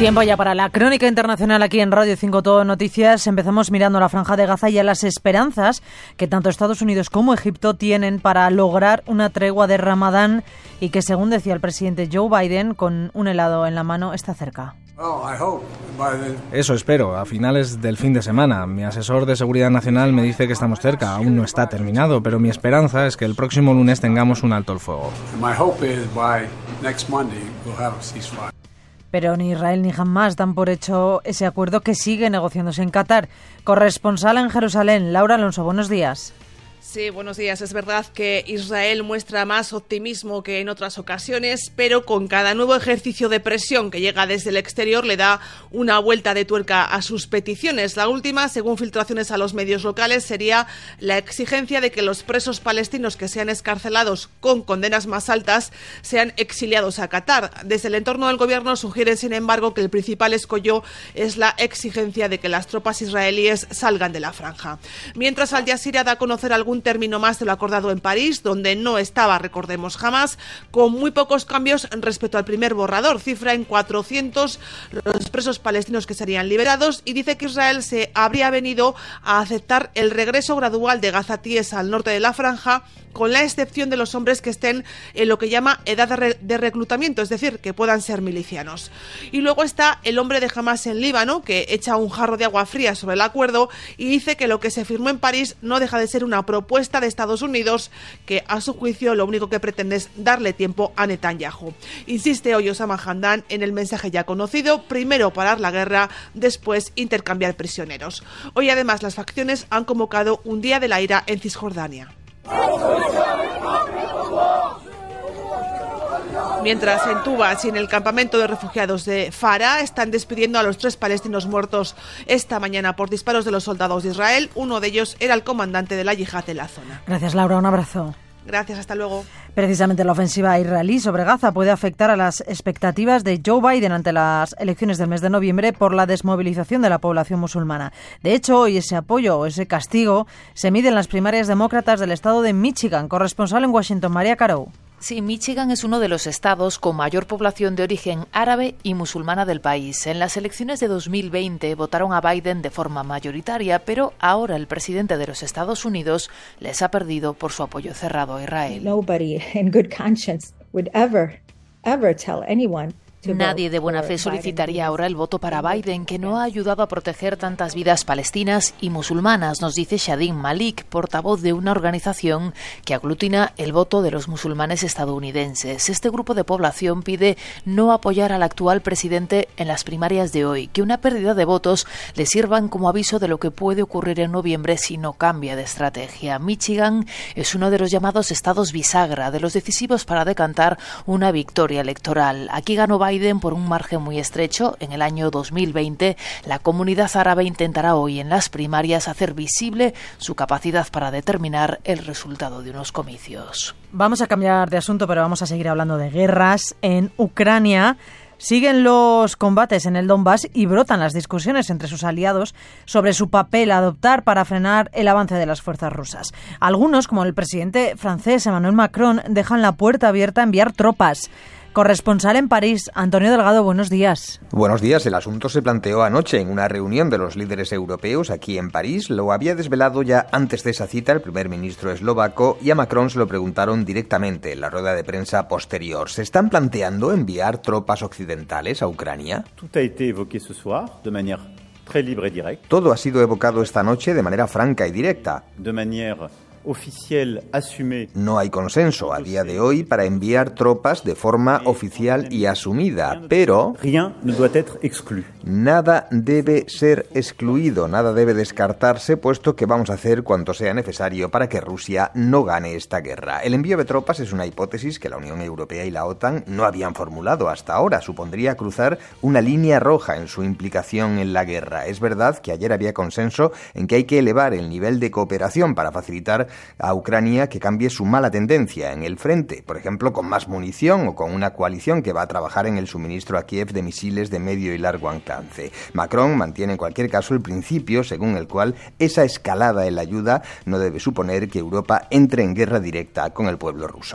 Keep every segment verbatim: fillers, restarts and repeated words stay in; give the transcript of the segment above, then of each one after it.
Tiempo ya para la crónica internacional aquí en Radio cinco Todo Noticias. Empezamos mirando la Franja de Gaza y a las esperanzas que tanto Estados Unidos como Egipto tienen para lograr una tregua de Ramadán y que, según decía el presidente Joe Biden, con un helado en la mano está cerca. Eso espero, a finales del fin de semana. Mi asesor de Seguridad Nacional me dice que estamos cerca, aún no está terminado, pero mi esperanza es que el próximo lunes tengamos un alto el fuego. Pero ni Israel ni Hamás dan por hecho ese acuerdo que sigue negociándose en Qatar. Corresponsal en Jerusalén, Laura Alonso, buenos días. Sí, buenos días. Es verdad que Israel muestra más optimismo que en otras ocasiones, pero con cada nuevo ejercicio de presión que llega desde el exterior le da una vuelta de tuerca a sus peticiones. La última, según filtraciones a los medios locales, sería la exigencia de que los presos palestinos que sean escarcelados con condenas más altas sean exiliados a Qatar. Desde el entorno del gobierno sugieren, sin embargo, que el principal escollo es la exigencia de que las tropas israelíes salgan de la franja. Mientras, Al Jazeera da a conocer algún término más de lo acordado en París, donde no estaba, recordemos, jamás, con muy pocos cambios respecto al primer borrador. Cifra en cuatrocientos los presos palestinos que serían liberados y dice que Israel se habría venido a aceptar el regreso gradual de gazatíes al norte de la franja, con la excepción de los hombres que estén en lo que llama edad de, re- de reclutamiento, es decir, que puedan ser milicianos. Y luego está el hombre de Hamás en Líbano, que echa un jarro de agua fría sobre el acuerdo y dice que lo que se firmó en París no deja de ser una propuesta de Estados Unidos que, a su juicio, lo único que pretende es darle tiempo a Netanyahu. Insiste hoy Osama Hamdan en el mensaje ya conocido: primero parar la guerra, después intercambiar prisioneros. Hoy, además, las facciones han convocado un día de la ira en Cisjordania. Mientras en Tubas y en el campamento de refugiados de Fara están despidiendo a los tres palestinos muertos esta mañana por disparos de los soldados de Israel. Uno de ellos era el comandante de la yihad en la zona. Gracias, Laura, un abrazo. Gracias, hasta luego. Precisamente la ofensiva israelí sobre Gaza puede afectar a las expectativas de Joe Biden ante las elecciones del mes de noviembre por la desmovilización de la población musulmana. De hecho, hoy ese apoyo o ese castigo se mide en las primarias demócratas del estado de Michigan. Corresponsal en Washington, María Caro. Sí, Michigan es uno de los estados con mayor población de origen árabe y musulmana del país. En las elecciones de dos mil veinte votaron a Biden de forma mayoritaria, pero ahora el presidente de los Estados Unidos les ha perdido por su apoyo cerrado a Israel. Nobody in good conscience would ever, ever tell anyone. Nadie de buena fe solicitaría ahora el voto para Biden, que no ha ayudado a proteger tantas vidas palestinas y musulmanas, nos dice Shadin Malik, portavoz de una organización que aglutina el voto de los musulmanes estadounidenses. Este grupo de población pide no apoyar al actual presidente en las primarias de hoy, que una pérdida de votos le sirvan como aviso de lo que puede ocurrir en noviembre si no cambia de estrategia. Michigan es uno de los llamados estados bisagra, de los decisivos para decantar una victoria electoral. Aquí ganó Biden Biden por un margen muy estrecho. En el año dos mil veinte, la comunidad árabe intentará hoy en las primarias hacer visible su capacidad para determinar el resultado de unos comicios. Vamos a cambiar de asunto, pero vamos a seguir hablando de guerras. En Ucrania siguen los combates en el Donbass y brotan las discusiones entre sus aliados sobre su papel a adoptar para frenar el avance de las fuerzas rusas. Algunos, como el presidente francés Emmanuel Macron, dejan la puerta abierta a enviar tropas. Corresponsal en París, Antonio Delgado, buenos días. Buenos días. El asunto se planteó anoche en una reunión de los líderes europeos aquí en París. Lo había desvelado ya antes de esa cita el primer ministro eslovaco y a Macron se lo preguntaron directamente en la rueda de prensa posterior. ¿Se están planteando enviar tropas occidentales a Ucrania? Tout a été évoqué ce soir de manière très libre et directe. Todo ha sido evocado esta noche de manera franca y directa. De manière oficial asumé. No hay consenso a día de hoy para enviar tropas de forma oficial y asumida, pero rien ne doit être exclu. Nada debe ser excluido, nada debe descartarse, puesto que vamos a hacer cuanto sea necesario para que Rusia no gane esta guerra. El envío de tropas es una hipótesis que la Unión Europea y la OTAN no habían formulado hasta ahora. Supondría cruzar una línea roja en su implicación en la guerra. Es verdad que ayer había consenso en que hay que elevar el nivel de cooperación para facilitar a Ucrania que cambie su mala tendencia en el frente, por ejemplo, con más munición o con una coalición que va a trabajar en el suministro a Kiev de misiles de medio y largo alcance. Macron mantiene en cualquier caso el principio según el cual esa escalada en la ayuda no debe suponer que Europa entre en guerra directa con el pueblo ruso.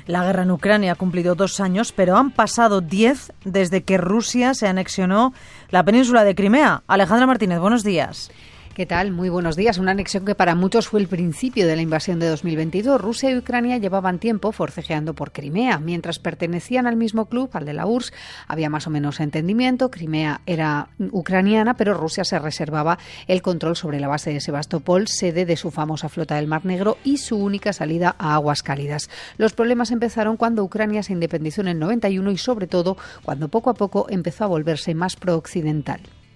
La guerra en Ucrania ha cumplido dos años, pero han pasado diez desde que Rusia se anexionó la península de Crimea. Alejandra Martínez, buenos días. ¿Qué tal? Muy buenos días. Una anexión que para muchos fue el principio de la invasión de dos mil veintidós. Rusia y Ucrania llevaban tiempo forcejeando por Crimea. Mientras pertenecían al mismo club, al de la U R S S, había más o menos entendimiento. Crimea era ucraniana, pero Rusia se reservaba el control sobre la base de Sebastopol, sede de su famosa flota del Mar Negro y su única salida a aguas cálidas. Los problemas empezaron cuando Ucrania se independizó en el noventa y uno y, sobre todo, cuando poco a poco empezó a volverse más prooccidental.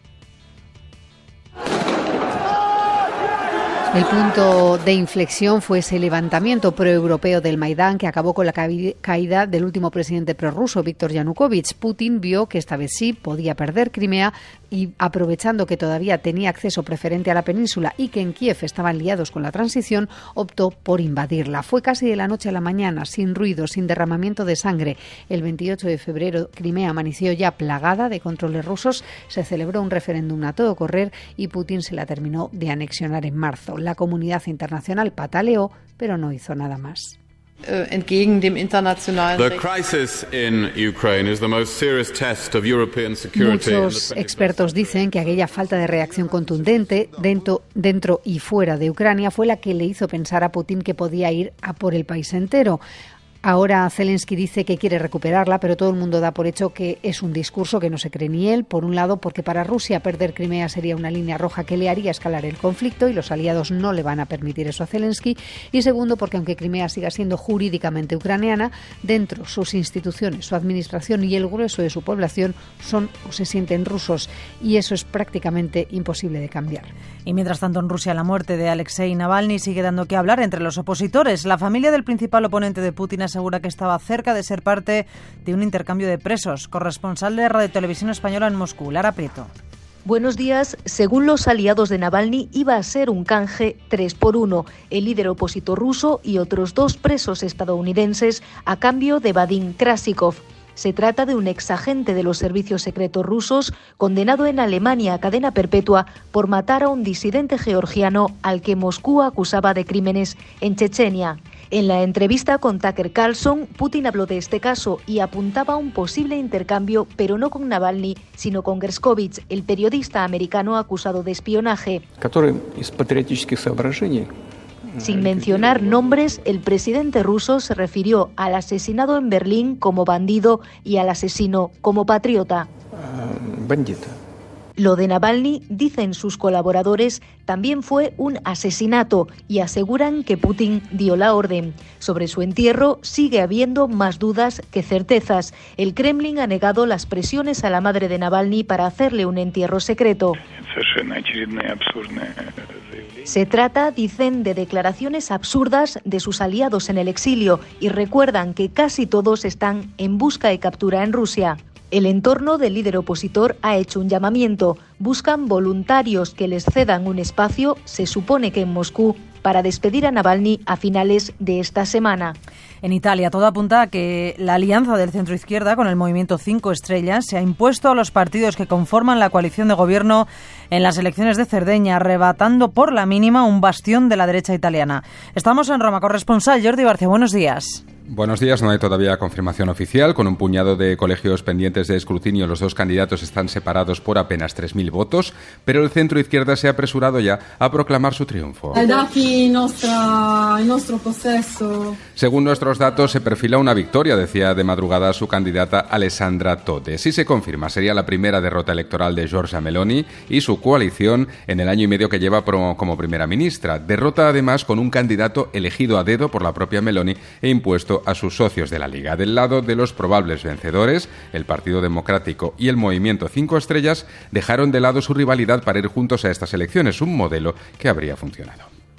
El punto de inflexión fue ese levantamiento proeuropeo del Maidán que acabó con la caída del último presidente prorruso, Víktor Yanukovych. Putin vio que esta vez sí podía perder Crimea y, aprovechando que todavía tenía acceso preferente a la península y que en Kiev estaban liados con la transición, optó por invadirla. Fue casi de la noche a la mañana, sin ruido, sin derramamiento de sangre. El veintiocho de febrero, Crimea amaneció ya plagada de controles rusos. Se celebró un referéndum a todo correr y Putin se la terminó de anexionar en marzo. La comunidad internacional pataleó, pero no hizo nada más. The crisis in Ukraine is the most serious test of European security. Muchos expertos dicen que aquella falta de reacción contundente dentro, dentro y fuera de Ucrania fue la que le hizo pensar a Putin que podía ir a por el país entero. Ahora Zelensky dice que quiere recuperarla, pero todo el mundo da por hecho que es un discurso que no se cree ni él. Por un lado, porque para Rusia perder Crimea sería una línea roja que le haría escalar el conflicto y los aliados no le van a permitir eso a Zelensky. Y segundo, porque aunque Crimea siga siendo jurídicamente ucraniana, dentro sus instituciones, su administración y el grueso de su población son o se sienten rusos y eso es prácticamente imposible de cambiar. Y mientras tanto en Rusia la muerte de Alexei Navalny sigue dando que hablar entre los opositores. La familia del principal oponente de Putin asegura que estaba cerca de ser parte de un intercambio de presos. Corresponsal de Radio Televisión Española en Moscú, Lara Prieto. Buenos días. Según los aliados de Navalny, iba a ser un canje tres por uno. El líder opositor ruso y otros dos presos estadounidenses a cambio de Vadim Krasikov. Se trata de un exagente de los servicios secretos rusos condenado en Alemania a cadena perpetua por matar a un disidente georgiano al que Moscú acusaba de crímenes en Chechenia. En la entrevista con Tucker Carlson, Putin habló de este caso y apuntaba a un posible intercambio, pero no con Navalny, sino con Gerskovich, el periodista americano acusado de espionaje. Sin mencionar nombres, el presidente ruso se refirió al asesinado en Berlín como bandido y al asesino como patriota. Bandita. Lo de Navalny, dicen sus colaboradores, también fue un asesinato y aseguran que Putin dio la orden. Sobre su entierro sigue habiendo más dudas que certezas. El Kremlin ha negado las presiones a la madre de Navalny para hacerle un entierro secreto. Se trata, dicen, de declaraciones absurdas de sus aliados en el exilio y recuerdan que casi todos están en busca y captura en Rusia. El entorno del líder opositor ha hecho un llamamiento. Buscan voluntarios que les cedan un espacio, se supone que en Moscú, para despedir a Navalny a finales de esta semana. En Italia, todo apunta a que la alianza del centro-izquierda con el movimiento Cinco Estrellas se ha impuesto a los partidos que conforman la coalición de gobierno en las elecciones de Cerdeña, arrebatando por la mínima un bastión de la derecha italiana. Estamos en Roma. Corresponsal Jordi Barcia, buenos días. Buenos días. No hay todavía confirmación oficial. Con un puñado de colegios pendientes de escrutinio, los dos candidatos están separados por apenas tres mil votos, pero el centro-izquierda se ha apresurado ya a proclamar su triunfo. Según nuestros datos, se perfila una victoria, decía de madrugada su candidata Alessandra Tode. Si se confirma, sería la primera derrota electoral de Giorgia Meloni y su coalición en el año y medio que lleva como primera ministra. Derrota además con un candidato elegido a dedo por la propia Meloni e impuesto a sus socios de la Liga. Del lado de los probables vencedores, el Partido Democrático y el Movimiento Cinco Estrellas dejaron de lado su rivalidad para ir juntos a estas elecciones, un modelo que habría funcionado.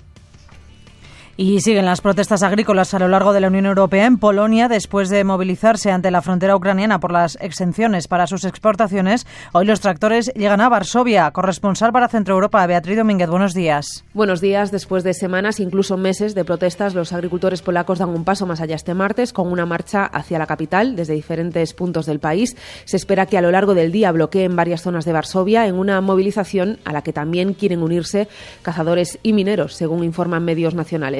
Y siguen las protestas agrícolas a lo largo de la Unión Europea. En Polonia, después de movilizarse ante la frontera ucraniana por las exenciones para sus exportaciones, hoy los tractores llegan a Varsovia. Corresponsal para Centro Europa, Beatriz Domínguez, buenos días. Buenos días. Después de semanas, incluso meses de protestas, los agricultores polacos dan un paso más allá este martes con una marcha hacia la capital desde diferentes puntos del país. Se espera que a lo largo del día bloqueen varias zonas de Varsovia en una movilización a la que también quieren unirse cazadores y mineros, según informan medios nacionales.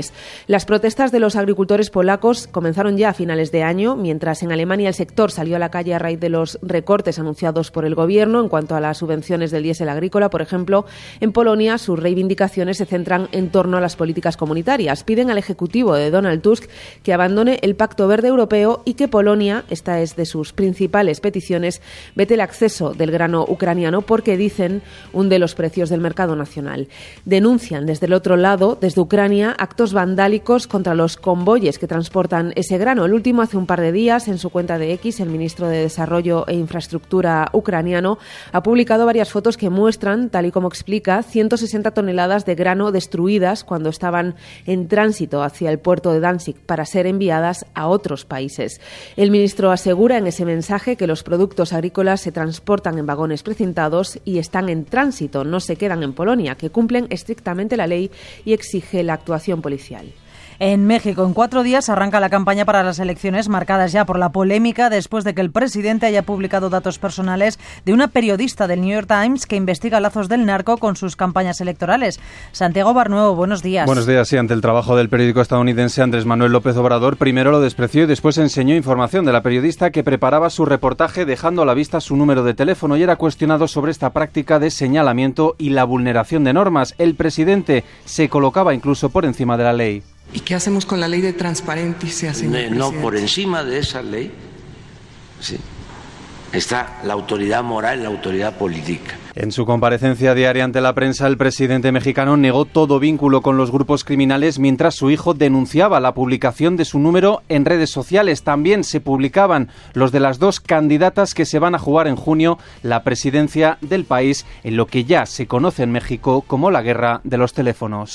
elecciones. Las protestas de los agricultores polacos comenzaron ya a finales de año, mientras en Alemania el sector salió a la calle a raíz de los recortes anunciados por el gobierno en cuanto a las subvenciones del diésel agrícola. Por ejemplo, en Polonia sus reivindicaciones se centran en torno a las políticas comunitarias. Piden al Ejecutivo de Donald Tusk que abandone el Pacto Verde Europeo y que Polonia, esta es de sus principales peticiones, vete el acceso del grano ucraniano porque, dicen, hunde los precios del mercado nacional. Denuncian desde el otro lado, desde Ucrania, actos vandálicos contra los convoyes que transportan ese grano. El último hace un par de días, en su cuenta de X, el ministro de Desarrollo e Infraestructura ucraniano ha publicado varias fotos que muestran, tal y como explica, ciento sesenta toneladas de grano destruidas cuando estaban en tránsito hacia el puerto de Danzig para ser enviadas a otros países. El ministro asegura en ese mensaje que los productos agrícolas se transportan en vagones precintados y están en tránsito, no se quedan en Polonia, que cumplen estrictamente la ley y exige la actuación policial. En México, en cuatro días arranca la campaña para las elecciones, marcadas ya por la polémica después de que el presidente haya publicado datos personales de una periodista del New York Times que investiga lazos del narco con sus campañas electorales. Santiago Barnuevo, buenos días. Buenos días. Sí, ante el trabajo del periódico estadounidense Andrés Manuel López Obrador, primero lo despreció y después enseñó información de la periodista que preparaba su reportaje dejando a la vista su número de teléfono y era cuestionado sobre esta práctica de señalamiento y la vulneración de normas. El presidente se colocaba incluso por encima de la ley. ¿Y qué hacemos con la ley de transparencia, señor presidente? No, por encima de esa ley, sí, está la autoridad moral y la autoridad política. En su comparecencia diaria ante la prensa, el presidente mexicano negó todo vínculo con los grupos criminales mientras su hijo denunciaba la publicación de su número en redes sociales. También se publicaban los de las dos candidatas que se van a jugar en junio la presidencia del país en lo que ya se conoce en México como la guerra de los teléfonos.